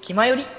気まより。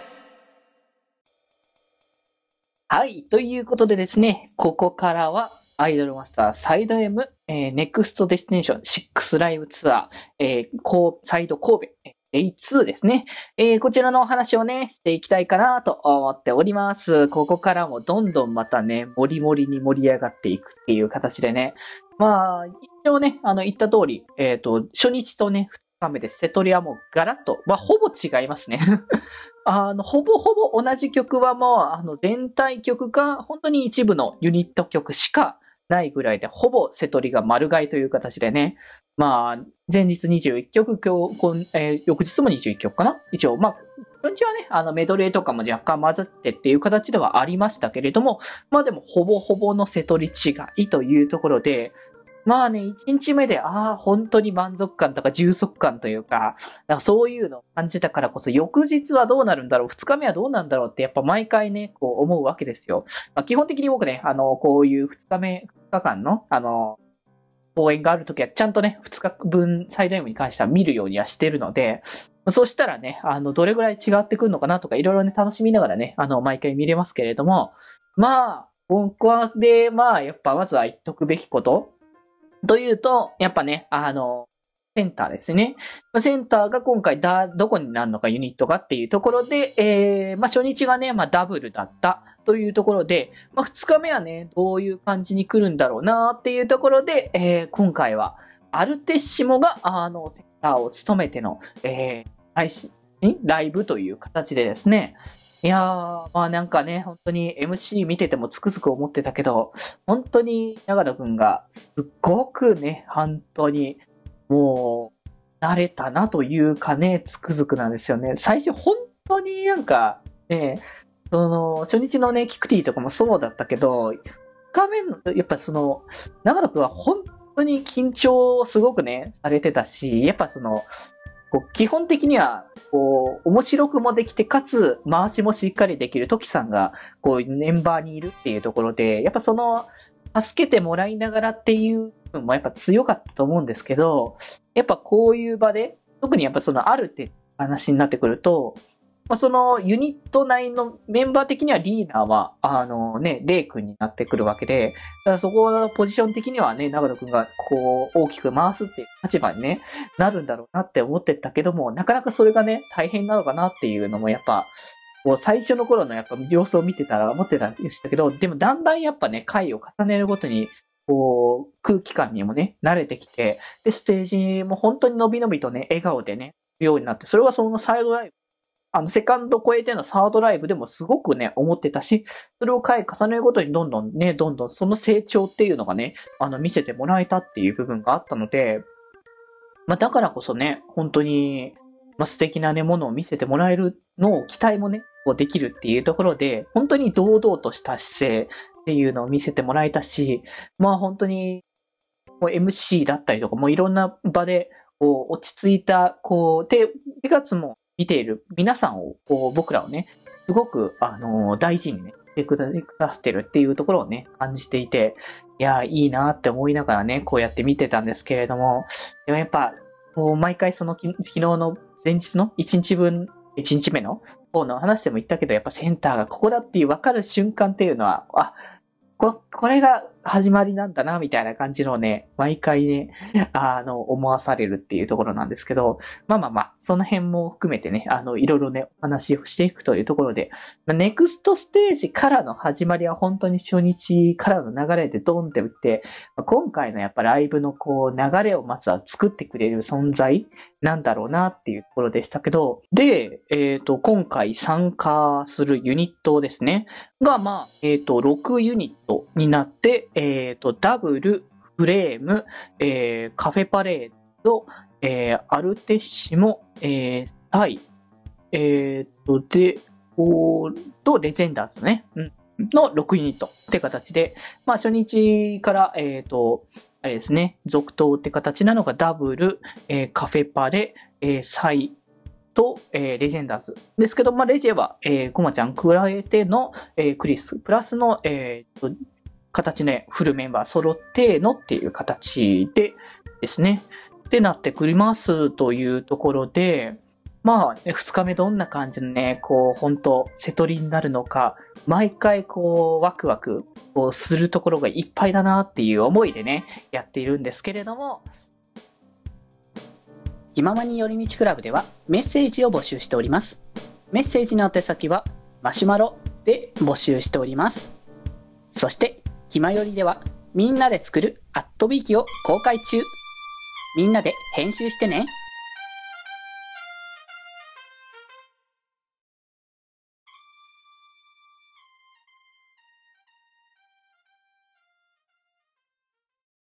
はい。ということでですね、ここからはアイドルマスターサイド M、ネクストデスティネーション6ライブツアー、サイド神戸、Day2 ですね。こちらのお話をね、していきたいかなと思っております。ここからもどんどんまたね、盛り盛りに盛り上がっていくっていう形でね。まあ、一応ね、言った通り、初日とね、2日目で瀬戸りはもうガラッと、まあ、ほぼ違いますね。ほぼほぼ同じ曲はもう、全体曲か、本当に一部のユニット曲しかないぐらいで、ほぼ瀬戸りが丸買いという形でね、まあ、前日21曲、翌日も21曲かな一応、まあ、初日はね、メドレーとかも若干混ざってっていう形ではありましたけれども、まあでも、ほぼほぼの瀬戸り違いというところで、まあね、1日目で、本当に満足感とか充足感というか、なんかそういうのを感じたからこそ、翌日はどうなるんだろう、2日目はどうなんだろうって、やっぱ毎回ね、こう思うわけですよ。まあ、基本的に僕ね、こういう2日目、2日間の、公演があるときは、ちゃんとね、2日分、最大限に関しては見るようにはしてるので、そうしたらね、どれぐらい違ってくるのかなとか、いろいろね、楽しみながらね、毎回見れますけれども、まあ、ここで、まあ、やっぱまずは言っとくべきこと、というと、やっぱね、センターですね。センターが今回どこになるのかユニットがっていうところで、まあ初日がね、まあダブルだったというところで、まあ二日目はね、どういう感じに来るんだろうなっていうところで、今回はアルテッシモが、センターを務めての、配信、ライブという形でですね、いやー、まあなんかね、本当に MC 見ててもつくづく思ってたけど、本当に長野くんがすっごくね、本当にもう慣れたなというかね、つくづくなんですよね。最初本当になんかね、初日のね、キクティとかもそうだったけど、画面の、やっぱ長野くんは本当に緊張をすごくね、されてたし、やっぱ基本的には、面白くもできて、かつ、回しもしっかりできるトキさんが、メンバーにいるっていうところで、やっぱ助けてもらいながらっていう部分もやっぱ強かったと思うんですけど、やっぱこういう場で、特にやっぱあるって話になってくると、まあ、ユニット内のメンバー的にはリーダーは、レイ君になってくるわけで、だからそこのポジション的にはね、長野くんが大きく回すっていう立場にね、なるんだろうなって思ってたけども、なかなかそれがね、大変なのかなっていうのもやっぱ、最初の頃のやっぱ様子を見てたら思ってたんでしたけど、でもだんだんやっぱね、回を重ねるごとに、空気感にもね、慣れてきて、で、ステージも本当に伸び伸びとね、笑顔でね、ようになって、それはそのサイドライブセカンド超えてのサードライブでもすごくね、思ってたし、それを回重ねるごとにどんどんその成長っていうのがね、見せてもらえたっていう部分があったので、まあだからこそね、本当に、まあ素敵なね、ものを見せてもらえるのを期待もね、できるっていうところで、本当に堂々とした姿勢っていうのを見せてもらえたし、まあ本当に、MC だったりとか、もういろんな場で、落ち着いた、手がつも見ている皆さんを、僕らをね、すごく、大事にね、してくださってるっていうところをね、感じていて、いや、いいなって思いながらね、こうやって見てたんですけれども、でもやっぱ、毎回昨日の前日の1日目の方の話でも言ったけど、やっぱセンターがここだっていう分かる瞬間っていうのは、これが始まりなんだな、みたいな感じのね、毎回ね、思わされるっていうところなんですけど、その辺も含めてね、いろいろね、お話をしていくというところで、ネクストステージからの始まりは本当に初日からの流れでドンって打って、今回のやっぱライブの流れをまずは作ってくれる存在なんだろうなっていうところでしたけど、で、今回参加するユニットですね。が、6ユニットになって、ダブル、フレーム、カフェパレード、アルテッシモ、タイ、レジェンダーズね。の6ユニットって形で、初日から、あれですね、続投って形なのがダブル、カフェパレ、サイと、レジェンダーズですけど、レジェは、コマちゃん加えての、クリス、プラスの、形でフルメンバー揃ってのっていう形でですね、ってなってくりますというところで、 まあ、ね、2日目どんな感じのね、こう、本当瀬取りになるのか、毎回こう、ワクワク、こう、するところがいっぱいだなっていう思いでね、やっているんですけれども、気ままに寄り道クラブではメッセージを募集しております。メッセージの宛先はマシュマロで募集しております。そして、ひまよりではみんなで作るアットビーキを公開中。みんなで編集してね。